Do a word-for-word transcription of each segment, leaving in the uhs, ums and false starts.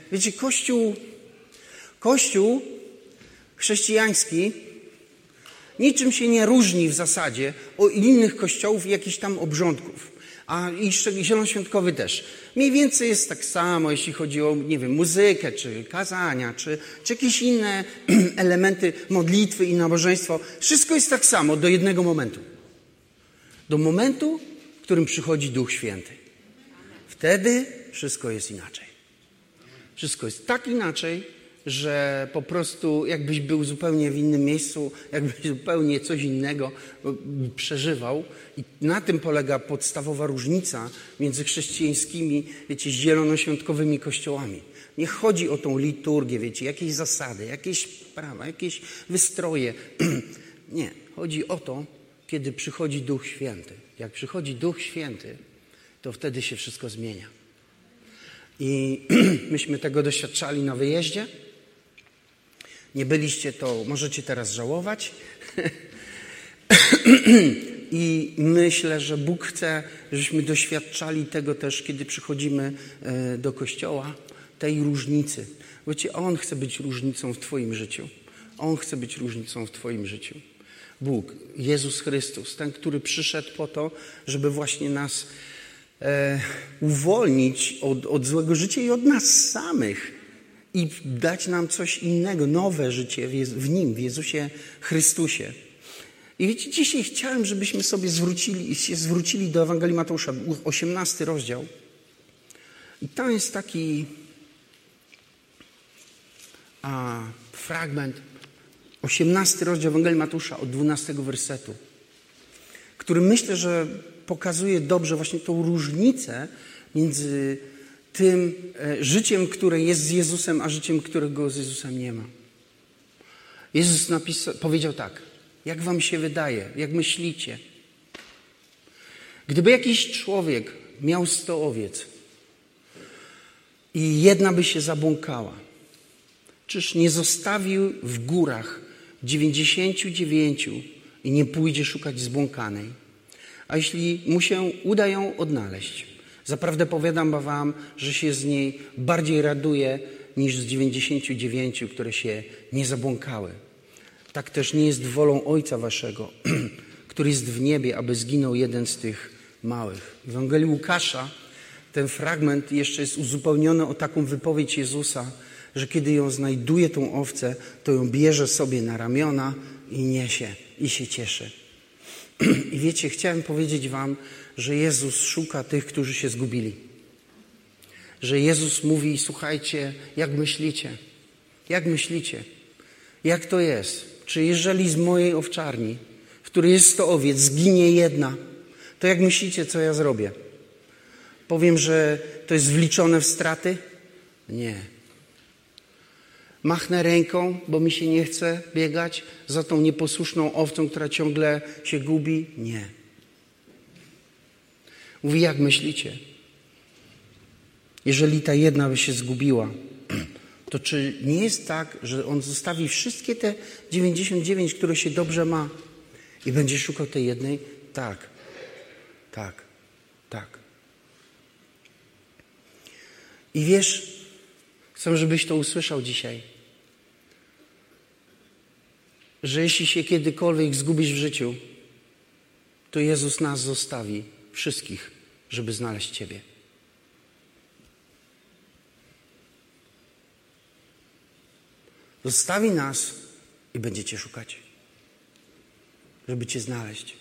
Wiecie, Kościół, Kościół chrześcijański niczym się nie różni w zasadzie od innych kościołów i jakichś tam obrządków. A i zielonoświątkowy też. Mniej więcej jest tak samo, jeśli chodzi o, nie wiem, muzykę, czy kazania, czy, czy jakieś inne elementy modlitwy i nabożeństwo. Wszystko jest tak samo do jednego momentu. Do momentu, w którym przychodzi Duch Święty. Wtedy wszystko jest inaczej. Wszystko jest tak inaczej, że po prostu jakbyś był zupełnie w innym miejscu, jakbyś zupełnie coś innego przeżywał. I na tym polega podstawowa różnica między chrześcijańskimi, wiecie, zielonoświątkowymi kościołami. Nie chodzi o tą liturgię, wiecie, jakieś zasady, jakieś prawa, jakieś wystroje. Nie, chodzi o to, kiedy przychodzi Duch Święty. Jak przychodzi Duch Święty, to wtedy się wszystko zmienia. I myśmy tego doświadczali na wyjeździe. Nie byliście, to możecie teraz żałować. I myślę, że Bóg chce, żebyśmy doświadczali tego też, kiedy przychodzimy do Kościoła, tej różnicy. Wiecie, On chce być różnicą w Twoim życiu. On chce być różnicą w Twoim życiu. Bóg, Jezus Chrystus, ten, który przyszedł po to, żeby właśnie nas e, uwolnić od, od złego życia i od nas samych. I dać nam coś innego, nowe życie w, Jezu, w Nim, w Jezusie Chrystusie. I wiecie, dzisiaj chciałem, żebyśmy sobie zwrócili, się zwrócili do Ewangelii Mateusza, osiemnasty rozdział. I tam jest taki a, fragment, osiemnasty rozdział Ewangelii Mateusza od dwunastego wersetu, który myślę, że pokazuje dobrze właśnie tą różnicę między tym życiem, które jest z Jezusem, a życiem, którego z Jezusem nie ma. Jezus napisał, powiedział tak: jak wam się wydaje, jak myślicie, gdyby jakiś człowiek miał sto owiec i jedna by się zabłąkała, czyż nie zostawił w górach dziewięćdziesięciu dziewięciu i nie pójdzie szukać zbłąkanej? A jeśli mu się uda ją odnaleźć, zaprawdę powiadam wam, że się z niej bardziej raduje niż z dziewięćdziesięciu dziewięciu, które się nie zabłąkały. Tak też nie jest wolą Ojca waszego, który jest w niebie, aby zginął jeden z tych małych. W Ewangelii Łukasza ten fragment jeszcze jest uzupełniony o taką wypowiedź Jezusa, że kiedy ją znajduje, tą owcę, to ją bierze sobie na ramiona i niesie i się cieszy. I wiecie, chciałem powiedzieć wam, że Jezus szuka tych, którzy się zgubili. Że Jezus mówi: słuchajcie, jak myślicie? Jak myślicie? Jak to jest? Czy jeżeli z mojej owczarni, w której jest sto owiec, zginie jedna, to jak myślicie, co ja zrobię? Powiem, że to jest wliczone w straty? Nie. Machnę ręką, bo mi się nie chce biegać za tą nieposłuszną owcą, która ciągle się gubi? Nie. Mówi: jak myślicie? Jeżeli ta jedna by się zgubiła, to czy nie jest tak, że On zostawi wszystkie te dziewięćdziesiąt dziewięć, które się dobrze ma, i będzie szukał tej jednej? Tak, tak, tak. I wiesz, chcę, żebyś to usłyszał dzisiaj, że jeśli się kiedykolwiek zgubisz w życiu, to Jezus nas zostawi, wszystkich, żeby znaleźć Ciebie. Zostawi nas i będzie Cię szukać, żeby Cię znaleźć.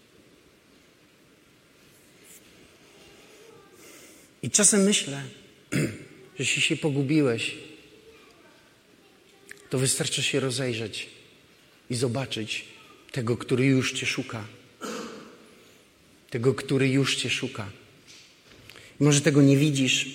I czasem myślę, że jeśli się pogubiłeś, to wystarczy się rozejrzeć i zobaczyć tego, który już Cię szuka. Tego, który już Cię szuka. Może tego nie widzisz,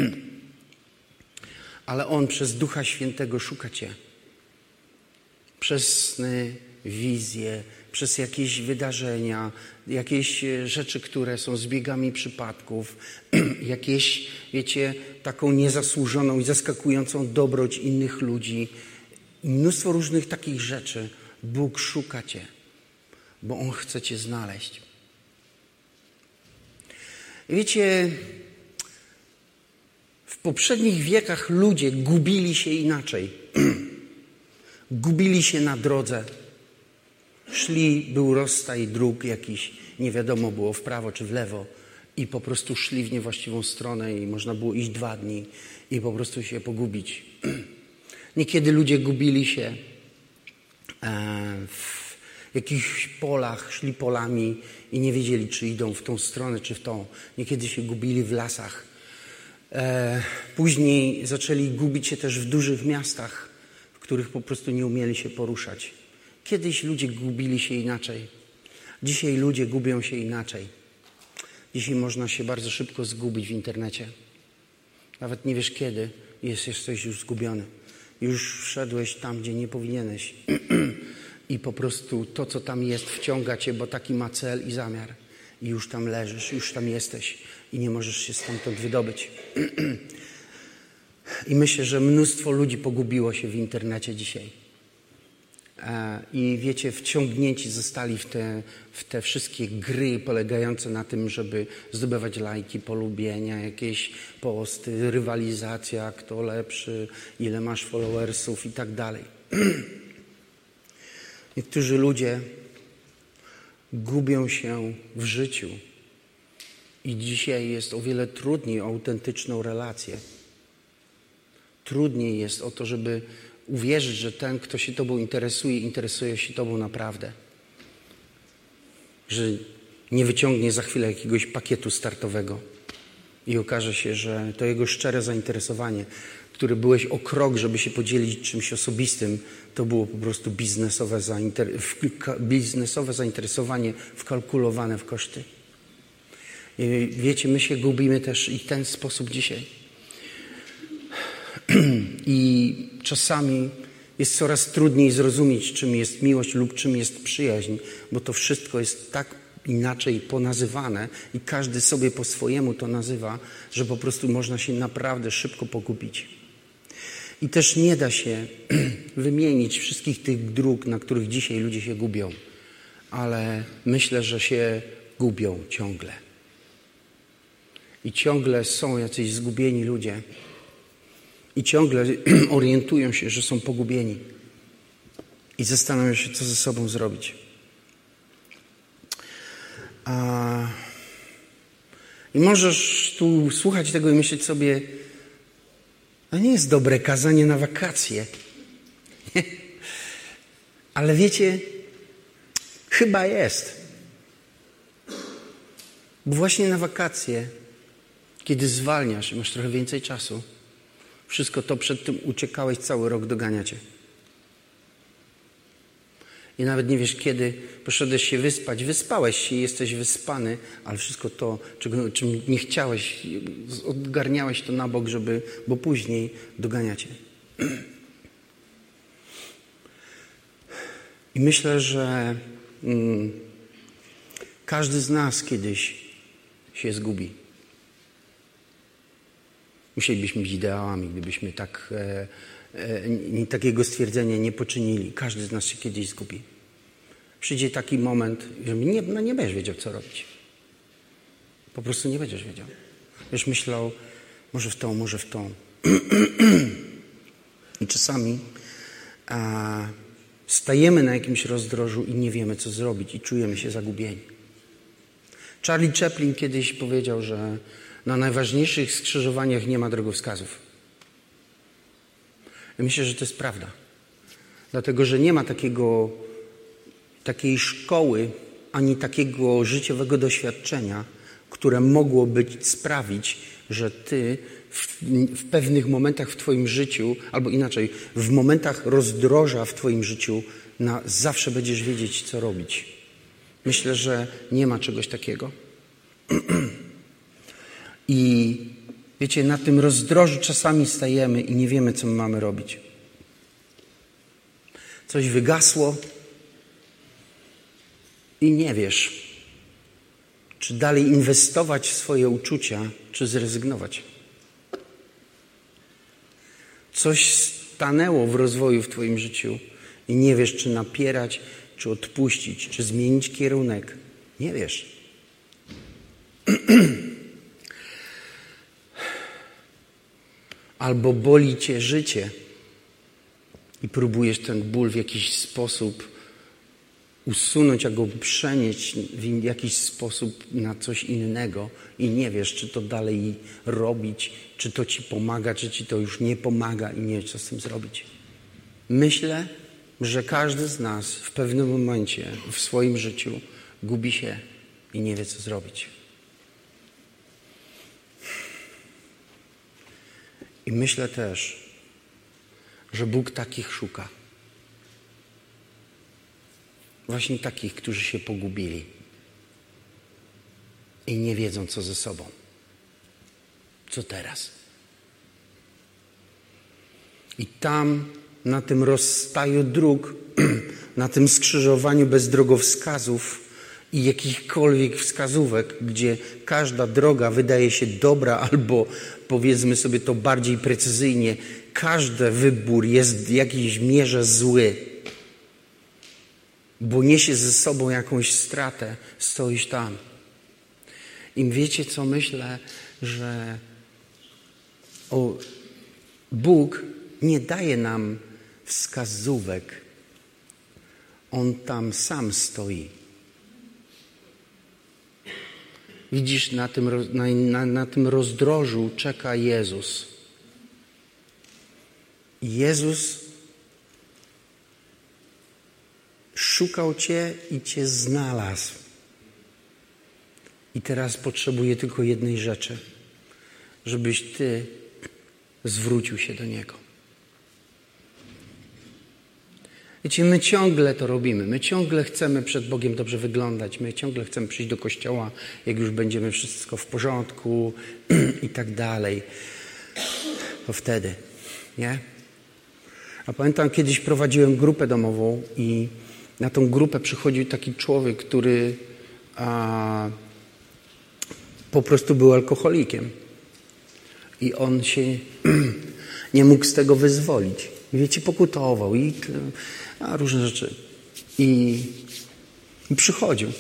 ale On przez Ducha Świętego szuka Cię. Przez sny, wizje, przez jakieś wydarzenia, jakieś rzeczy, które są zbiegami przypadków, jakieś, wiecie, taką niezasłużoną i zaskakującą dobroć innych ludzi. Mnóstwo różnych takich rzeczy. Bóg szuka Cię, bo On chce Cię znaleźć. I wiecie, w poprzednich wiekach ludzie gubili się inaczej. Gubili się na drodze. Szli, był rozstaj dróg jakiś, nie wiadomo było w prawo czy w lewo i po prostu szli w niewłaściwą stronę i można było iść dwa dni i po prostu się pogubić. Niekiedy ludzie gubili się w jakichś polach, szli polami i nie wiedzieli, czy idą w tą stronę, czy w tą. Niekiedy się gubili w lasach. Później zaczęli gubić się też w dużych miastach, w których po prostu nie umieli się poruszać. Kiedyś ludzie gubili się inaczej. Dzisiaj ludzie gubią się inaczej. Dzisiaj można się bardzo szybko zgubić w internecie. Nawet nie wiesz kiedy jest, jesteś już zgubiony. Już wszedłeś tam, gdzie nie powinieneś. I po prostu to, co tam jest, wciąga cię, bo taki ma cel i zamiar. I już tam leżysz, już tam jesteś i nie możesz się stamtąd wydobyć. I myślę, że mnóstwo ludzi pogubiło się w internecie dzisiaj. I wiecie, wciągnięci zostali w te, w te wszystkie gry polegające na tym, żeby zdobywać lajki, polubienia, jakieś posty, rywalizacja, kto lepszy, ile masz followersów i tak dalej. Niektórzy ludzie gubią się w życiu i dzisiaj jest o wiele trudniej o autentyczną relację. Trudniej jest o to, żeby uwierzyć, że ten, kto się tobą interesuje, interesuje się tobą naprawdę. Że nie wyciągnie za chwilę jakiegoś pakietu startowego i okaże się, że to jego szczere zainteresowanie, które byłeś o krok, żeby się podzielić czymś osobistym, to było po prostu biznesowe, zainter- biznesowe zainteresowanie wkalkulowane w koszty. I wiecie, my się gubimy też i w ten sposób dzisiaj. I czasami jest coraz trudniej zrozumieć, czym jest miłość lub czym jest przyjaźń, bo to wszystko jest tak inaczej ponazywane i każdy sobie po swojemu to nazywa, że po prostu można się naprawdę szybko pogubić. I też nie da się wymienić wszystkich tych dróg, na których dzisiaj ludzie się gubią, ale myślę, że się gubią ciągle. I ciągle są jacyś zgubieni ludzie i ciągle orientują się, że są pogubieni i zastanawiają się, co ze sobą zrobić. A... I możesz tu słuchać tego i myśleć sobie, to nie jest dobre kazanie na wakacje. Ale wiecie, chyba jest. Bo właśnie na wakacje, kiedy zwalniasz i masz trochę więcej czasu, wszystko to przed tym uciekałeś cały rok, dogania cię. I nawet nie wiesz, kiedy poszedłeś się wyspać. Wyspałeś się i jesteś wyspany, ale wszystko to, czego, czym nie chciałeś, odgarniałeś to na bok, żeby, bo później dogania cię. I myślę, że mm, każdy z nas kiedyś się zgubi. Musielibyśmy być ideałami, gdybyśmy tak, e, e, takiego stwierdzenia nie poczynili. Każdy z nas się kiedyś zgubi. Przyjdzie taki moment, że nie, no nie będziesz wiedział, co robić. Po prostu nie będziesz wiedział. Będziesz myślał, może w tą, może w tą. I czasami a, stajemy na jakimś rozdrożu i nie wiemy, co zrobić i czujemy się zagubieni. Charlie Chaplin kiedyś powiedział, że na najważniejszych skrzyżowaniach nie ma drogowskazów. Ja myślę, że to jest prawda. Dlatego, że nie ma takiego, takiej szkoły, ani takiego życiowego doświadczenia, które mogłoby sprawić, że ty w, w pewnych momentach w twoim życiu, albo inaczej, w momentach rozdroża w twoim życiu na zawsze będziesz wiedzieć, co robić. Myślę, że nie ma czegoś takiego. I wiecie, na tym rozdrożu czasami stajemy i nie wiemy, co my mamy robić. Coś wygasło i nie wiesz, czy dalej inwestować w swoje uczucia, czy zrezygnować. Coś stanęło w rozwoju w twoim życiu i nie wiesz, czy napierać, czy odpuścić, czy zmienić kierunek. Nie wiesz. albo boli cię życie i próbujesz ten ból w jakiś sposób usunąć, albo przenieść w jakiś sposób na coś innego i nie wiesz, czy to dalej robić, czy to ci pomaga, czy ci to już nie pomaga i nie wiesz, co z tym zrobić. Myślę, że każdy z nas w pewnym momencie w swoim życiu gubi się i nie wie, co zrobić. I myślę też, że Bóg takich szuka. Właśnie takich, którzy się pogubili i nie wiedzą, co ze sobą. Co teraz? I tam, na tym rozstaju dróg, na tym skrzyżowaniu bez drogowskazów i jakichkolwiek wskazówek, gdzie każda droga wydaje się dobra albo, powiedzmy sobie to bardziej precyzyjnie, każdy wybór jest w jakiejś mierze zły, bo niesie ze sobą jakąś stratę, stoisz tam. I wiecie, co myślę, że o, Bóg nie daje nam wskazówek. On tam sam stoi. Widzisz, na tym, na, na, na tym rozdrożu czeka Jezus. Jezus szukał cię i cię znalazł. I teraz potrzebuje tylko jednej rzeczy. Żebyś ty zwrócił się do Niego. Wiecie, my ciągle to robimy. My ciągle chcemy przed Bogiem dobrze wyglądać. My ciągle chcemy przyjść do kościoła, jak już będziemy wszystko w porządku i tak dalej. To wtedy, nie? A pamiętam, kiedyś prowadziłem grupę domową i na tą grupę przychodził taki człowiek, który a, po prostu był alkoholikiem. I on się nie mógł z tego wyzwolić. I wiecie, pokutował i a, różne rzeczy. I, I przychodził.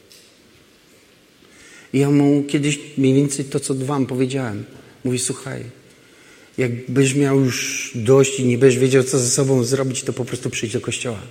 I ja mu kiedyś mniej więcej to, co wam powiedziałem. Mówi, słuchaj, jakbyś miał już dość i nie będziesz wiedział, co ze sobą zrobić, to po prostu przyjdź do kościoła.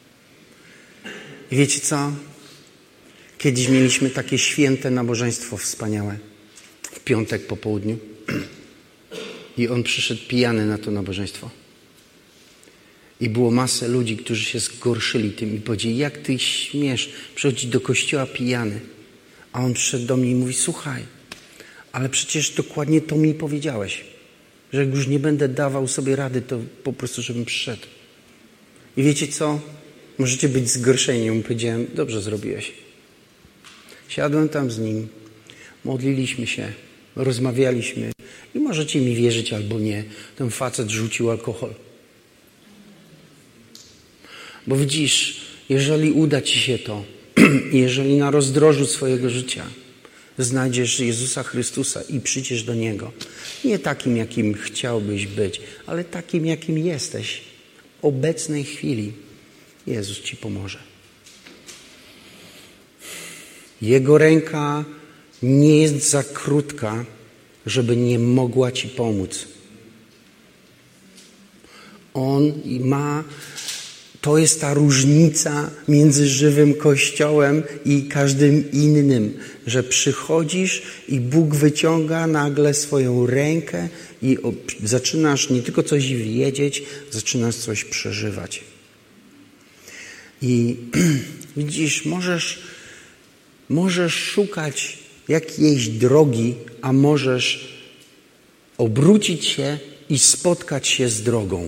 I wiecie co? Kiedyś mieliśmy takie święte nabożeństwo wspaniałe. W piątek po południu. I on przyszedł pijany na to nabożeństwo. I było masę ludzi, którzy się zgorszyli tym i powiedzieli, jak ty śmiesz przychodzić do kościoła pijany? A on przyszedł do mnie i mówi, słuchaj, ale przecież dokładnie to mi powiedziałeś, że jak już nie będę dawał sobie rady, to po prostu żebym przyszedł. I wiecie co? Możecie być zgorszeni. Mu powiedziałem, dobrze zrobiłeś. Siadłem tam z nim, modliliśmy się, rozmawialiśmy i możecie mi wierzyć albo nie, ten facet rzucił alkohol. Bo widzisz, jeżeli uda ci się to, jeżeli na rozdrożu swojego życia znajdziesz Jezusa Chrystusa i przyjdziesz do Niego, nie takim, jakim chciałbyś być, ale takim, jakim jesteś w obecnej chwili, Jezus ci pomoże. Jego ręka nie jest za krótka, żeby nie mogła ci pomóc. On ma... To jest ta różnica między żywym Kościołem i każdym innym, że przychodzisz i Bóg wyciąga nagle swoją rękę i zaczynasz nie tylko coś wiedzieć, zaczynasz coś przeżywać. I widzisz, możesz, możesz szukać jakiejś drogi, a możesz obrócić się i spotkać się z drogą.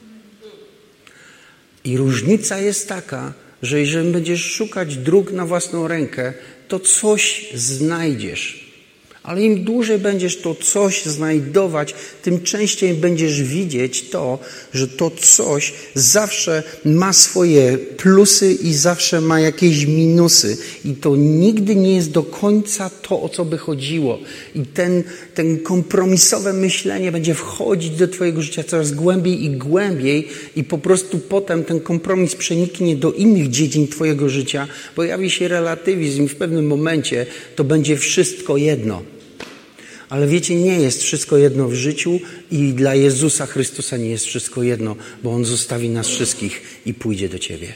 I różnica jest taka, że jeżeli będziesz szukać dróg na własną rękę, to coś znajdziesz. Ale im dłużej będziesz to coś znajdować, tym częściej będziesz widzieć to, że to coś zawsze ma swoje plusy i zawsze ma jakieś minusy. I to nigdy nie jest do końca to, o co by chodziło. I ten, ten kompromisowe myślenie będzie wchodzić do twojego życia coraz głębiej i głębiej i po prostu potem ten kompromis przeniknie do innych dziedzin twojego życia. Pojawi się relatywizm i w pewnym momencie to będzie wszystko jedno. Ale wiecie, nie jest wszystko jedno w życiu i dla Jezusa Chrystusa nie jest wszystko jedno, bo On zostawi nas wszystkich i pójdzie do ciebie.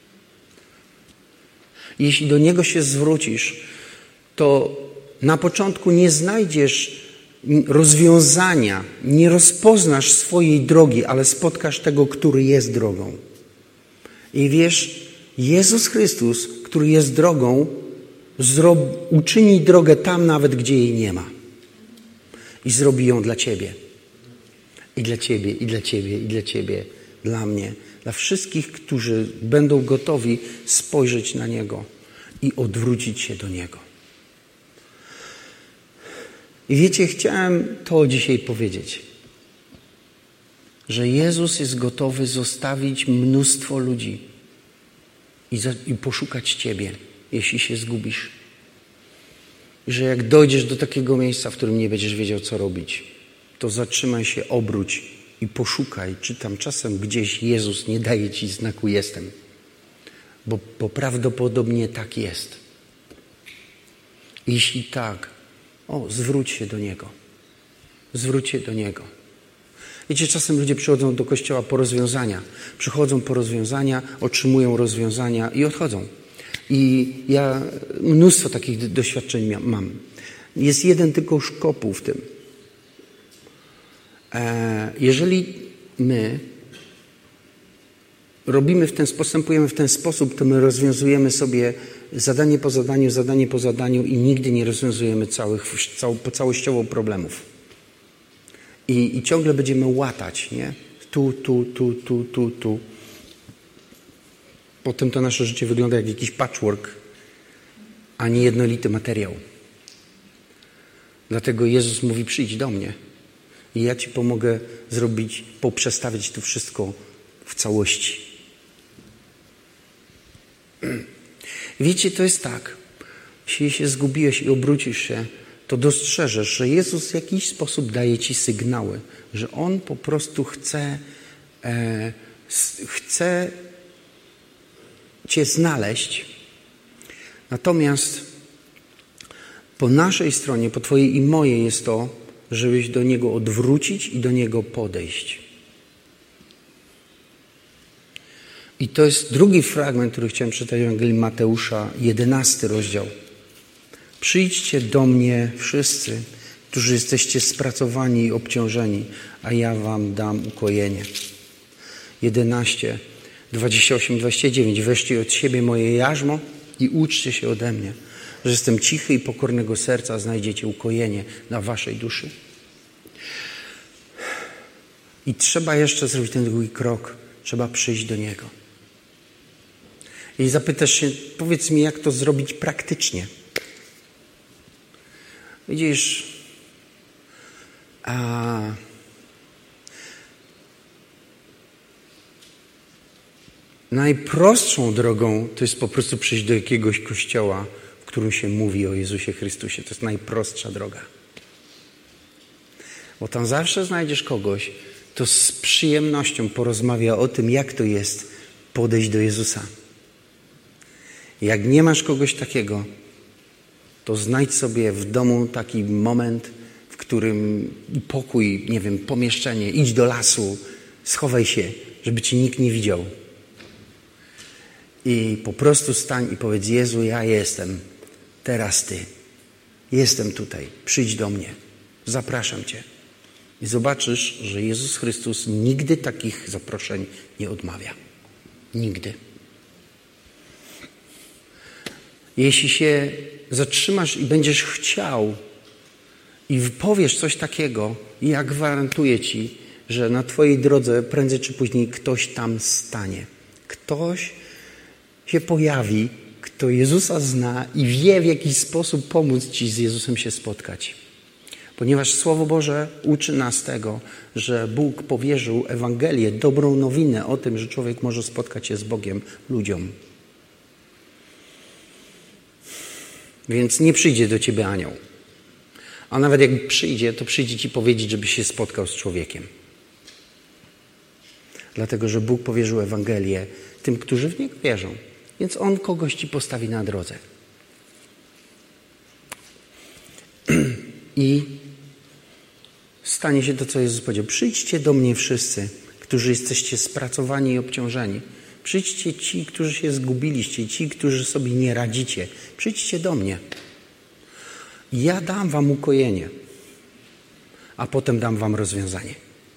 Jeśli do Niego się zwrócisz, to na początku nie znajdziesz rozwiązania, nie rozpoznasz swojej drogi, ale spotkasz tego, który jest drogą. I wiesz, Jezus Chrystus, który jest drogą, zrob- uczyni drogę tam nawet, gdzie jej nie ma. I zrobi ją dla ciebie. I dla ciebie, i dla ciebie, i dla ciebie, dla mnie. Dla wszystkich, którzy będą gotowi spojrzeć na Niego i odwrócić się do Niego. I wiecie, chciałem to dzisiaj powiedzieć, że Jezus jest gotowy zostawić mnóstwo ludzi i, za, i poszukać ciebie, jeśli się zgubisz. I że jak dojdziesz do takiego miejsca, w którym nie będziesz wiedział, co robić, to zatrzymaj się, obróć i poszukaj, czy tam czasem gdzieś Jezus nie daje ci znaku jestem. Bo, bo prawdopodobnie tak jest. Jeśli tak, o, zwróć się do Niego. Zwróć się do Niego. Wiecie, czasem ludzie przychodzą do kościoła po rozwiązania. Przychodzą po rozwiązania, otrzymują rozwiązania i odchodzą. I ja mnóstwo takich doświadczeń mam. Jest jeden tylko szkopuł w tym. Jeżeli my robimy w ten sposób, postępujemy w ten sposób, to my rozwiązujemy sobie zadanie po zadaniu, zadanie po zadaniu i nigdy nie rozwiązujemy całych, cał, całościowo problemów. I, I ciągle będziemy łatać, nie? Tu, tu, tu, tu, tu, tu. Potem to nasze życie wygląda jak jakiś patchwork, a nie jednolity materiał. Dlatego Jezus mówi, przyjdź do mnie i ja ci pomogę zrobić, poprzestawić to wszystko w całości. Wiecie, to jest tak. Jeśli się zgubiłeś i obrócisz się, to dostrzeżesz, że Jezus w jakiś sposób daje ci sygnały, że On po prostu chce, e, chce cię znaleźć. Natomiast po naszej stronie, po twojej i mojej jest to, żebyś do Niego odwrócić i do Niego podejść. I to jest drugi fragment, który chciałem przeczytać w Ewangelii Mateusza, jedenasty rozdział. Przyjdźcie do mnie wszyscy, którzy jesteście spracowani i obciążeni, a ja wam dam ukojenie. jedenaście, dwadzieścia osiem, dwadzieścia dziewięć. Weźcie od siebie moje jarzmo i uczcie się ode mnie, że jestem cichy i pokornego serca, znajdziecie ukojenie dla waszej duszy. I trzeba jeszcze zrobić ten drugi krok. Trzeba przyjść do Niego. I zapytasz się, powiedz mi, jak to zrobić praktycznie. Widzisz, a najprostszą drogą to jest po prostu przyjść do jakiegoś kościoła, w którym się mówi o Jezusie Chrystusie. To jest najprostsza droga. Bo tam zawsze znajdziesz kogoś, kto z przyjemnością porozmawia o tym, jak to jest podejść do Jezusa. Jak nie masz kogoś takiego, to znajdź sobie w domu taki moment, w którym pokój, nie wiem, pomieszczenie, idź do lasu, schowaj się, żeby cię nikt nie widział. I po prostu stań i powiedz, Jezu, ja jestem, teraz Ty. Jestem tutaj, przyjdź do mnie, zapraszam Cię. I zobaczysz, że Jezus Chrystus nigdy takich zaproszeń nie odmawia. Nigdy. Jeśli się zatrzymasz i będziesz chciał i powiesz coś takiego, ja gwarantuję Ci, że na Twojej drodze prędzej czy później ktoś tam stanie. Ktoś się pojawi, kto Jezusa zna i wie, w jaki sposób pomóc Ci z Jezusem się spotkać. Ponieważ Słowo Boże uczy nas tego, że Bóg powierzył Ewangelię, dobrą nowinę o tym, że człowiek może spotkać się z Bogiem ludziom. Więc nie przyjdzie do ciebie anioł. A nawet jak przyjdzie, to przyjdzie ci powiedzieć, żebyś się spotkał z człowiekiem. Dlatego, że Bóg powierzył Ewangelię tym, którzy w Niego wierzą. Więc On kogoś ci postawi na drodze. I stanie się to, co Jezus powiedział. Przyjdźcie do mnie wszyscy, którzy jesteście spracowani i obciążeni. Przyjdźcie ci, którzy się zgubiliście, ci, którzy sobie nie radzicie. Przyjdźcie do mnie. Ja dam wam ukojenie, a potem dam wam rozwiązanie.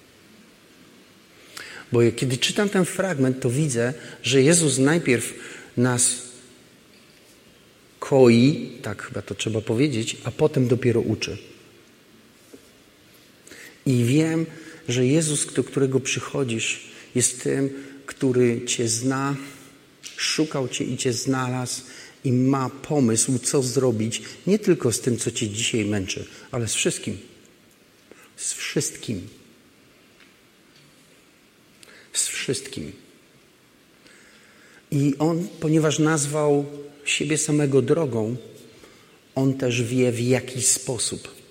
Bo kiedy czytam ten fragment, to widzę, że Jezus najpierw nas koi, tak chyba to trzeba powiedzieć, a potem dopiero uczy. I wiem, że Jezus, do którego przychodzisz, jest tym, który cię zna, szukał cię i cię znalazł i ma pomysł, co zrobić, nie tylko z tym, co cię dzisiaj męczy, ale z wszystkim. Z wszystkim. Z wszystkim. I On, ponieważ nazwał siebie samego drogą, On też wie, w jaki sposób.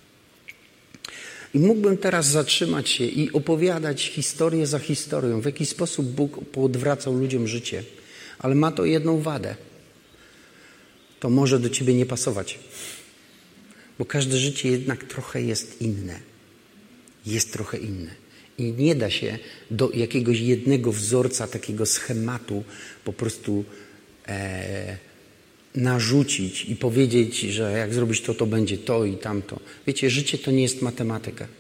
I mógłbym teraz zatrzymać się i opowiadać historię za historią, w jaki sposób Bóg poodwracał ludziom życie. Ale ma to jedną wadę. To może do ciebie nie pasować. Bo każde życie jednak trochę jest inne. Jest trochę inne. I nie da się do jakiegoś jednego wzorca, takiego schematu po prostu e, narzucić i powiedzieć, że jak zrobić to, to będzie to i tamto. Wiecie, życie to nie jest matematyka.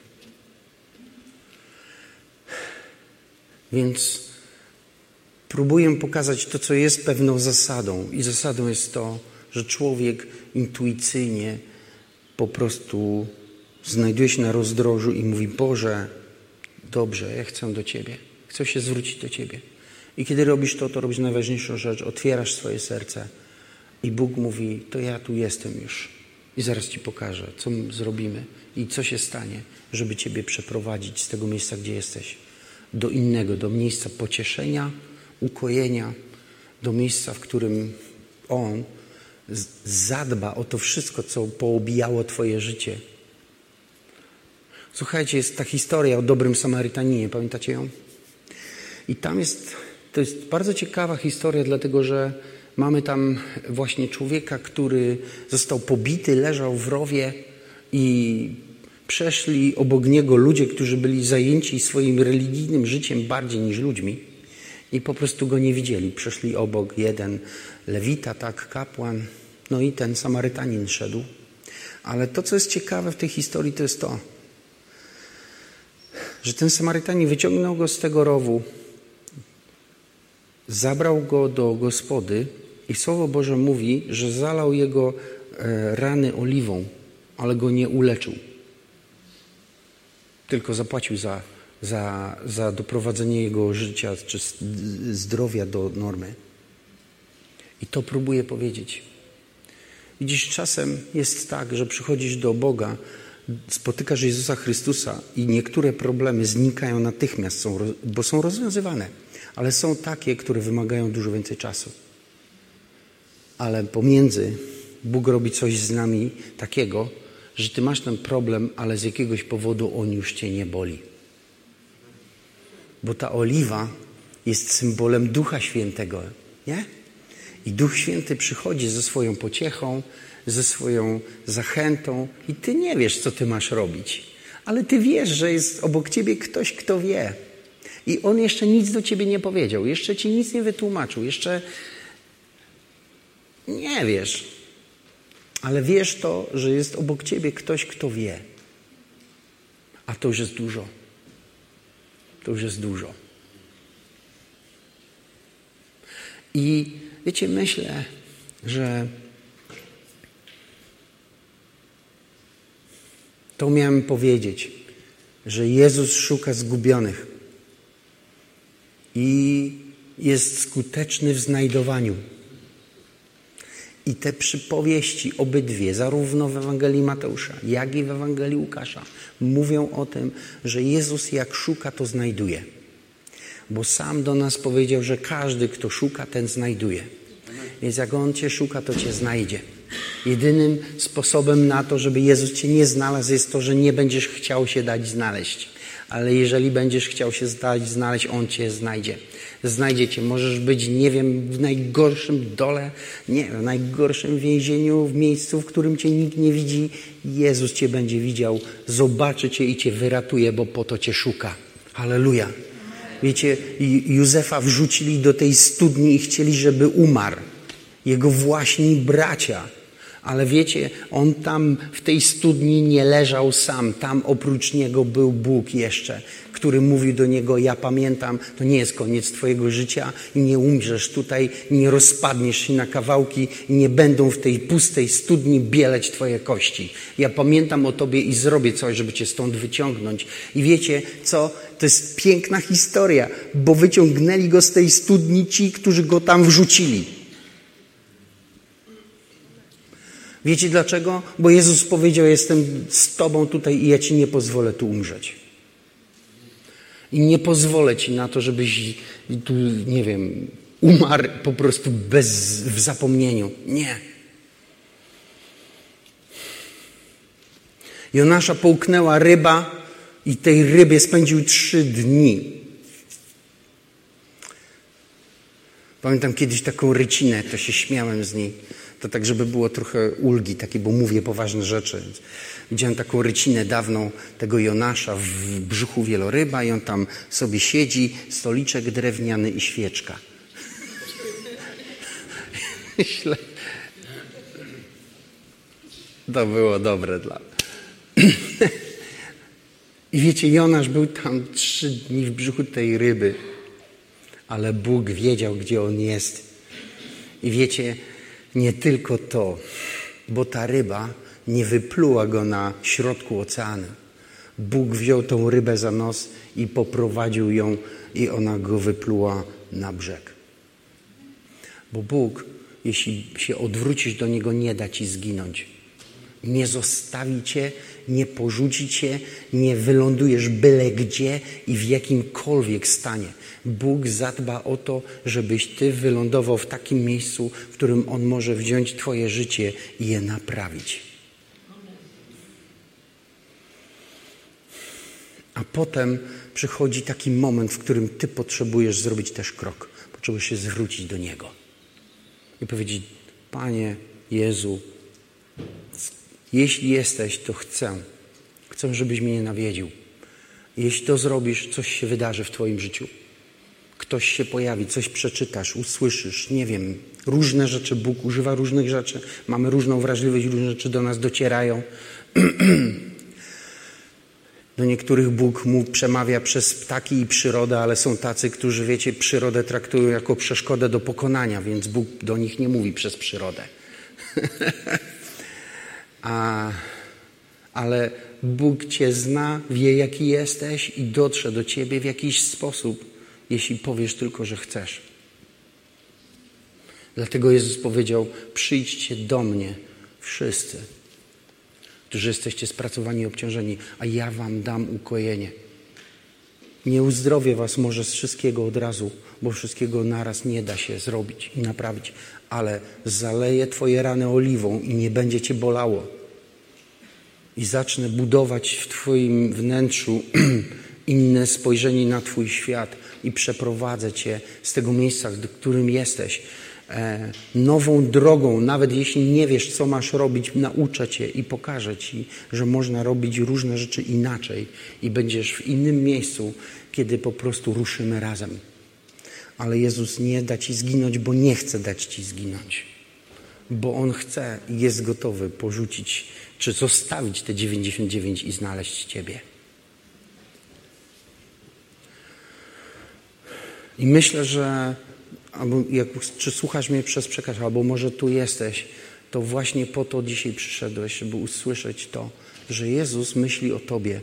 Więc próbuję pokazać to, co jest pewną zasadą. I zasadą jest to, że człowiek intuicyjnie po prostu znajduje się na rozdrożu i mówi: Boże, dobrze, ja chcę do Ciebie. Chcę się zwrócić do Ciebie. I kiedy robisz to, to robisz najważniejszą rzecz. Otwierasz swoje serce. I Bóg mówi: to ja tu jestem już. I zaraz Ci pokażę, co zrobimy i co się stanie, żeby Ciebie przeprowadzić z tego miejsca, gdzie jesteś, do innego, do miejsca pocieszenia, ukojenia, do miejsca, w którym On zadba o to wszystko, co poobijało Twoje życie. Słuchajcie, jest ta historia o dobrym Samarytaninie. Pamiętacie ją? I tam jest, to jest bardzo ciekawa historia, dlatego że mamy tam właśnie człowieka, który został pobity, leżał w rowie i przeszli obok niego ludzie, którzy byli zajęci swoim religijnym życiem bardziej niż ludźmi i po prostu go nie widzieli. Przeszli obok jeden lewita, tak, kapłan, no i ten Samarytanin szedł. Ale to, co jest ciekawe w tej historii, to jest to, że ten Samarytanin wyciągnął go z tego rowu, zabrał go do gospody i Słowo Boże mówi, że zalał jego rany oliwą, ale go nie uleczył. Tylko zapłacił za, za, za doprowadzenie jego życia czy zdrowia do normy. I to próbuję powiedzieć. Widzisz, czasem jest tak, że przychodzisz do Boga, spotykasz Jezusa Chrystusa i niektóre problemy znikają natychmiast, są, bo są rozwiązywane. Ale są takie, które wymagają dużo więcej czasu. Ale pomiędzy Bóg robi coś z nami takiego, że ty masz ten problem, ale z jakiegoś powodu on już cię nie boli. Bo ta oliwa jest symbolem Ducha Świętego, nie? I Duch Święty przychodzi ze swoją pociechą, ze swoją zachętą i ty nie wiesz, co ty masz robić. Ale ty wiesz, że jest obok ciebie ktoś, kto wie. I on jeszcze nic do ciebie nie powiedział, jeszcze ci nic nie wytłumaczył, jeszcze nie wiesz. Ale wiesz to, że jest obok ciebie ktoś, kto wie. A to już jest dużo. To już jest dużo. I wiecie, myślę, że to miałem powiedzieć, że Jezus szuka zgubionych i jest skuteczny w znajdowaniu. I te przypowieści, obydwie, zarówno w Ewangelii Mateusza, jak i w Ewangelii Łukasza, mówią o tym, że Jezus jak szuka, to znajduje. Bo sam do nas powiedział, że każdy, kto szuka, ten znajduje. Więc jak On cię szuka, to cię znajdzie. Jedynym sposobem na to, żeby Jezus cię nie znalazł, jest to, że nie będziesz chciał się dać znaleźć. Ale jeżeli będziesz chciał się zdać, znaleźć, On cię znajdzie. Znajdzie cię. Możesz być, nie wiem, w najgorszym dole, nie, w najgorszym więzieniu, w miejscu, w którym cię nikt nie widzi. Jezus cię będzie widział, zobaczy cię i cię wyratuje, bo po to cię szuka. Halleluja. Wiecie, Józefa wrzucili do tej studni i chcieli, żeby umarł. Jego właśnie bracia. Ale wiecie, on tam w tej studni nie leżał sam. Tam oprócz niego był Bóg jeszcze, który mówił do niego: ja pamiętam, to nie jest koniec twojego życia i nie umrzesz tutaj, nie rozpadniesz się na kawałki i nie będą w tej pustej studni bieleć twoje kości. Ja pamiętam o tobie i zrobię coś, żeby cię stąd wyciągnąć. I wiecie co? To jest piękna historia, bo wyciągnęli go z tej studni ci, którzy go tam wrzucili. Wiecie dlaczego? Bo Jezus powiedział: jestem z tobą tutaj i ja ci nie pozwolę tu umrzeć. I nie pozwolę ci na to, żebyś tu, nie wiem, umarł po prostu bez, w zapomnieniu. Nie. Jonasza połknęła ryba i tej rybie spędził trzy dni. Pamiętam kiedyś taką rycinę, to się śmiałem z niej. To tak, żeby było trochę ulgi takiej, bo mówię poważne rzeczy. Widziałem taką rycinę dawną tego Jonasza w brzuchu wieloryba i on tam sobie siedzi, stoliczek drewniany i świeczka. Myślę, to było dobre dla mnie. I wiecie, Jonasz był tam trzy dni w brzuchu tej ryby, ale Bóg wiedział, gdzie on jest. I wiecie, nie tylko to, bo ta ryba nie wypluła go na środku oceanu. Bóg wziął tą rybę za nos i poprowadził ją i ona go wypluła na brzeg. Bo Bóg, jeśli się odwrócisz do Niego, nie da ci zginąć. Nie zostawi cię, nie porzuci cię, nie wylądujesz byle gdzie i w jakimkolwiek stanie. Bóg zadba o to, żebyś ty wylądował w takim miejscu, w którym On może wziąć twoje życie i je naprawić. A potem przychodzi taki moment, w którym ty potrzebujesz zrobić też krok. Potrzebujesz się zwrócić do Niego i powiedzieć: Panie Jezu, jeśli jesteś, to chcę. Chcę, żebyś mnie nie nawiedził. Jeśli to zrobisz, coś się wydarzy w twoim życiu. Ktoś się pojawi, coś przeczytasz, usłyszysz, nie wiem, różne rzeczy. Bóg używa różnych rzeczy. Mamy różną wrażliwość, różne rzeczy do nas docierają. Do niektórych Bóg mu przemawia przez ptaki i przyrodę, ale są tacy, którzy, wiecie, przyrodę traktują jako przeszkodę do pokonania, więc Bóg do nich nie mówi przez przyrodę. A, ale Bóg cię zna, wie, jaki jesteś i dotrze do ciebie w jakiś sposób, jeśli powiesz tylko, że chcesz. Dlatego Jezus powiedział: przyjdźcie do mnie wszyscy, którzy jesteście spracowani i obciążeni, a ja wam dam ukojenie. Nie uzdrowię was może z wszystkiego od razu, bo wszystkiego naraz nie da się zrobić i naprawić, ale zaleję twoje rany oliwą i nie będzie cię bolało. I zacznę budować w twoim wnętrzu inne spojrzenie na twój świat i przeprowadzę cię z tego miejsca, w którym jesteś, e, nową drogą. Nawet jeśli nie wiesz, co masz robić, nauczę cię i pokażę ci, że można robić różne rzeczy inaczej i będziesz w innym miejscu, kiedy po prostu ruszymy razem. Ale Jezus nie da ci zginąć, bo nie chce dać ci zginąć. Bo On chce i jest gotowy porzucić, czy zostawić te dziewięćdziesiąt dziewięć i znaleźć ciebie. I myślę, że albo jak, czy słuchasz mnie przez przekaz, albo może tu jesteś, to właśnie po to dzisiaj przyszedłeś, żeby usłyszeć to, że Jezus myśli o tobie.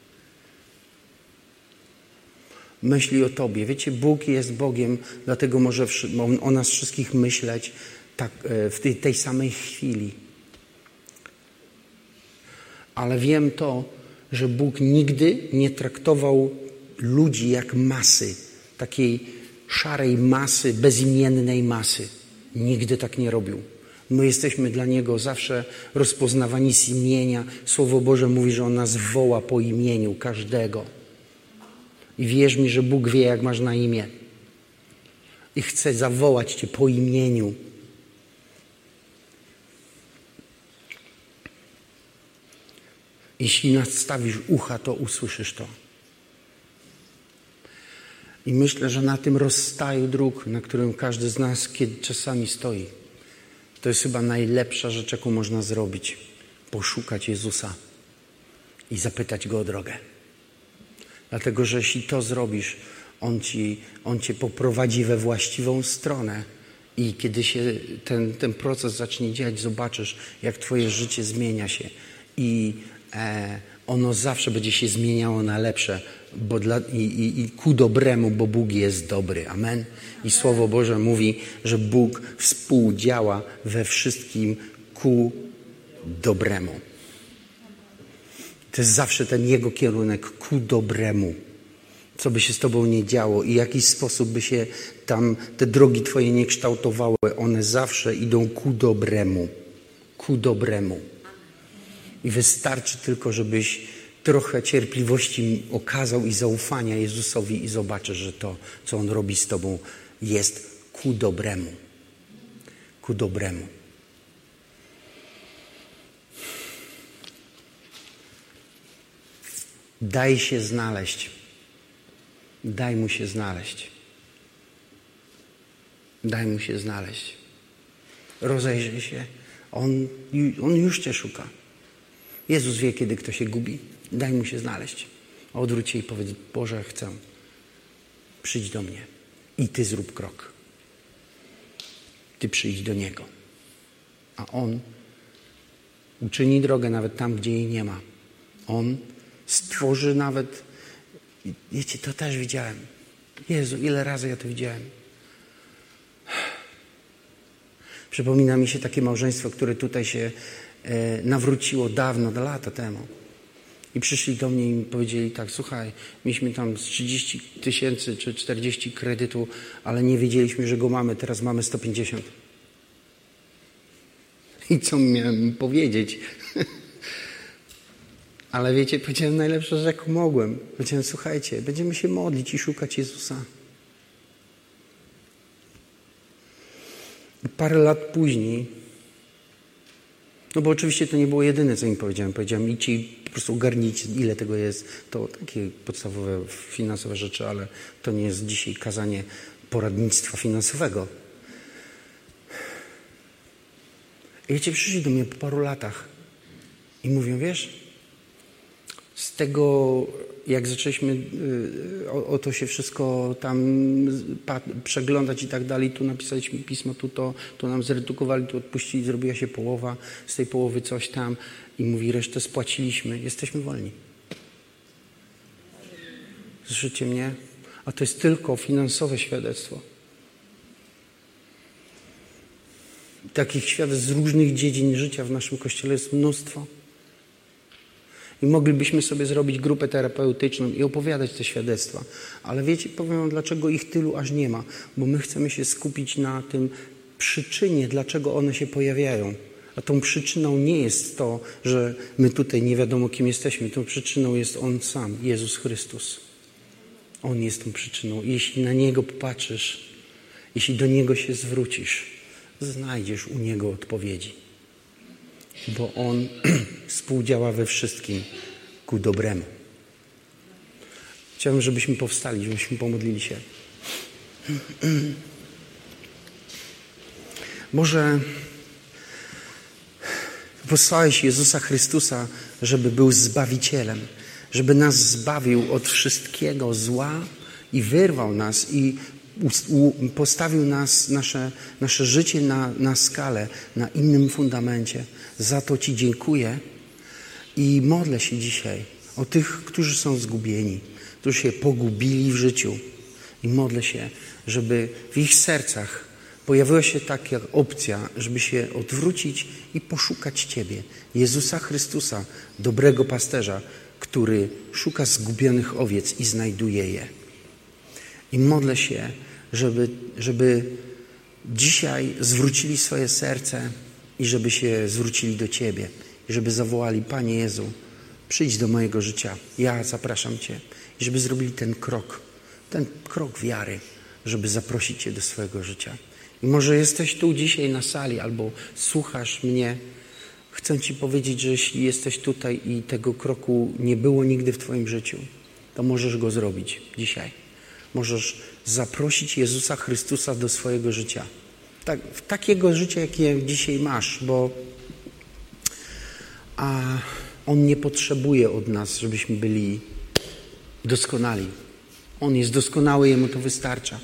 Myśli o tobie. Wiecie, Bóg jest Bogiem, dlatego może o nas wszystkich myśleć tak, w tej, tej samej chwili. Ale wiem to, że Bóg nigdy nie traktował ludzi jak masy, takiej szarej masy, bezimiennej masy. Nigdy tak nie robił. My jesteśmy dla Niego zawsze rozpoznawani z imienia. Słowo Boże mówi, że On nas woła po imieniu każdego. I wierz mi, że Bóg wie, jak masz na imię. I chce zawołać cię po imieniu. Jeśli nastawisz ucha, to usłyszysz to. I myślę, że na tym rozstaju dróg, na którym każdy z nas kiedy czasami stoi, to jest chyba najlepsza rzecz, jaką można zrobić. Poszukać Jezusa i zapytać Go o drogę. Dlatego, że jeśli to zrobisz, On, ci, on cię poprowadzi we właściwą stronę. I kiedy się ten, ten proces zacznie dziać, zobaczysz, jak twoje życie zmienia się. I e, ono zawsze będzie się zmieniało na lepsze bo dla, i, i, i ku dobremu, bo Bóg jest dobry. Amen. I Słowo Boże mówi, że Bóg współdziała we wszystkim ku dobremu. To jest zawsze ten Jego kierunek ku dobremu. Co by się z tobą nie działo i w jakiś sposób by się tam te drogi twoje nie kształtowały, one zawsze idą ku dobremu. Ku dobremu. I wystarczy tylko, żebyś trochę cierpliwości okazał i zaufania Jezusowi i zobaczysz, że to, co On robi z tobą, jest ku dobremu. Ku dobremu. Daj się znaleźć. Daj Mu się znaleźć. Daj Mu się znaleźć. Rozejrzyj się. On, on już cię szuka. Jezus wie, kiedy kto się gubi. Daj Mu się znaleźć. Odwróć się i powiedz: Boże, chcę. Przyjdź do mnie. I Ty zrób krok. Ty przyjdź do Niego. A On uczyni drogę nawet tam, gdzie jej nie ma. On stworzy nawet... Wiecie, to też widziałem. Jezu, ile razy ja to widziałem. Przypomina mi się takie małżeństwo, które tutaj się e, nawróciło dawno, lata temu. I przyszli do mnie i powiedzieli tak: słuchaj, mieliśmy tam trzydzieści tysięcy czy czterdzieści kredytu, ale nie wiedzieliśmy, że go mamy, teraz mamy sto pięćdziesiąt. I co miałem im powiedzieć? Ale wiecie, powiedziałem najlepsze, że jak mogłem. Powiedziałem: słuchajcie, będziemy się modlić i szukać Jezusa. I parę lat później, no bo oczywiście to nie było jedyne, co im powiedziałem. Powiedziałem: idźcie i po prostu ogarnijcie, ile tego jest. To takie podstawowe finansowe rzeczy, ale to nie jest dzisiaj kazanie poradnictwa finansowego. I wiecie, przyszli do mnie po paru latach i mówią: wiesz, z tego, jak zaczęliśmy o, o to się wszystko tam przeglądać i tak dalej, tu napisaliśmy pismo, tu to, tu nam zredukowali, tu odpuścili, zrobiła się połowa, z tej połowy coś tam i mówi: resztę spłaciliśmy, jesteśmy wolni. Słyszycie mnie? A to jest tylko finansowe świadectwo. Takich świadectw z różnych dziedzin życia w naszym Kościele jest mnóstwo. I moglibyśmy sobie zrobić grupę terapeutyczną i opowiadać te świadectwa. Ale wiecie, powiem wam, dlaczego ich tylu aż nie ma. Bo my chcemy się skupić na tym przyczynie, dlaczego one się pojawiają. A tą przyczyną nie jest to, że my tutaj nie wiadomo, kim jesteśmy. Tą przyczyną jest On sam, Jezus Chrystus. On jest tą przyczyną. I jeśli na Niego popatrzysz, jeśli do Niego się zwrócisz, znajdziesz u Niego odpowiedzi. Bo On współdziała we wszystkim ku dobremu. Chciałbym, żebyśmy powstali, żebyśmy pomodlili się. Boże, posłałeś Jezusa Chrystusa, żeby był Zbawicielem, żeby nas zbawił od wszystkiego zła i wyrwał nas i postawił nas, nasze, nasze życie na, na skalę, na innym fundamencie. Za to Ci dziękuję i modlę się dzisiaj o tych, którzy są zgubieni, którzy się pogubili w życiu. I modlę się, żeby w ich sercach pojawiła się taka opcja, żeby się odwrócić i poszukać Ciebie, Jezusa Chrystusa, dobrego pasterza, który szuka zgubionych owiec i znajduje je. I modlę się, żeby, żeby dzisiaj zwrócili swoje serce i żeby się zwrócili do Ciebie. I żeby zawołali: Panie Jezu, przyjdź do mojego życia. Ja zapraszam Cię. i żeby zrobili ten krok, ten krok wiary, żeby zaprosić Cię do swojego życia. I może jesteś tu dzisiaj na sali albo słuchasz mnie. Chcę Ci powiedzieć, że jeśli jesteś tutaj i tego kroku nie było nigdy w Twoim życiu, to możesz go zrobić dzisiaj. Możesz zaprosić Jezusa Chrystusa do swojego życia. Tak, takiego życia, jakie dzisiaj masz, bo a On nie potrzebuje od nas, żebyśmy byli doskonali. On jest doskonały, Jemu to wystarcza.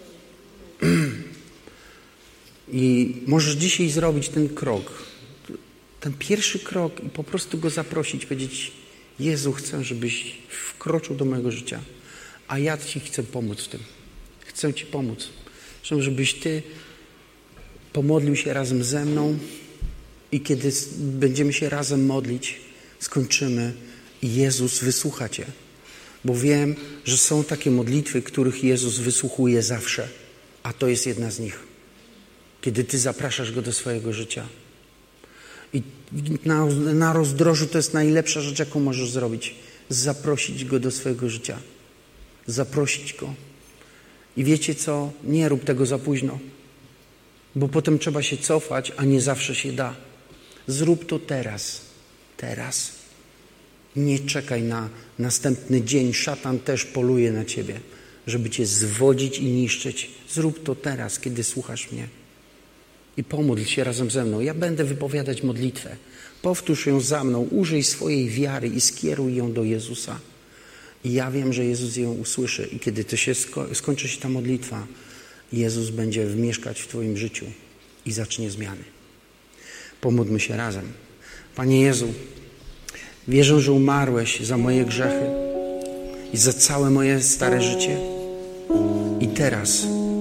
I możesz dzisiaj zrobić ten krok, ten pierwszy krok i po prostu Go zaprosić, powiedzieć: Jezu, chcę, żebyś wkroczył do mojego życia, a ja Ci chcę pomóc w tym. Chcę Ci pomóc. Chcę, żebyś Ty pomodlił się razem ze mną i kiedy będziemy się razem modlić, skończymy i Jezus wysłucha Cię. Bo wiem, że są takie modlitwy, których Jezus wysłuchuje zawsze, a to jest jedna z nich. Kiedy Ty zapraszasz Go do swojego życia. I na, na rozdrożu to jest najlepsza rzecz, jaką możesz zrobić. Zaprosić Go do swojego życia. Zaprosić Go. I wiecie co? Nie rób tego za późno. Bo potem trzeba się cofać, a nie zawsze się da. Zrób to teraz. Teraz. Nie czekaj na następny dzień. Szatan też poluje na Ciebie, żeby Cię zwodzić i niszczyć. Zrób to teraz, kiedy słuchasz mnie. I pomódl się razem ze mną. Ja będę wypowiadać modlitwę. Powtórz ją za mną. Użyj swojej wiary i skieruj ją do Jezusa. I ja wiem, że Jezus ją usłyszy. I kiedy to się sko- skończy się ta modlitwa, Jezus będzie mieszkać w Twoim życiu i zacznie zmiany. Pomódlmy się razem. Panie Jezu, wierzę, że umarłeś za moje grzechy i za całe moje stare życie. I teraz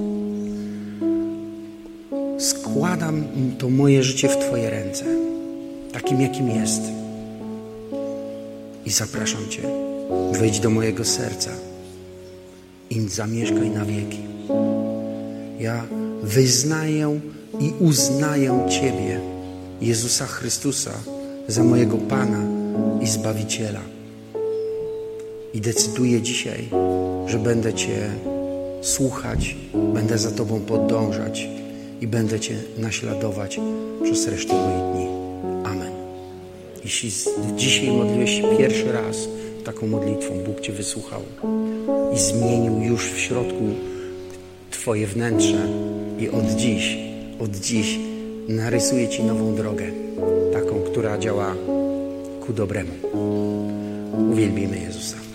składam to moje życie w Twoje ręce, takim jakim jest. I zapraszam Cię, wejdź do mojego serca i zamieszkaj na wieki. Ja wyznaję i uznaję Ciebie, Jezusa Chrystusa, za mojego Pana i Zbawiciela. I decyduję dzisiaj, że będę Cię słuchać, będę za Tobą podążać i będę Cię naśladować przez resztę moich dni. Amen. Jeśli dzisiaj modliłeś się pierwszy raz taką modlitwą, Bóg Cię wysłuchał i zmienił już w środku Twoje wnętrze i od dziś, od dziś narysuje Ci nową drogę, taką, która działa ku dobremu. Uwielbimy Jezusa.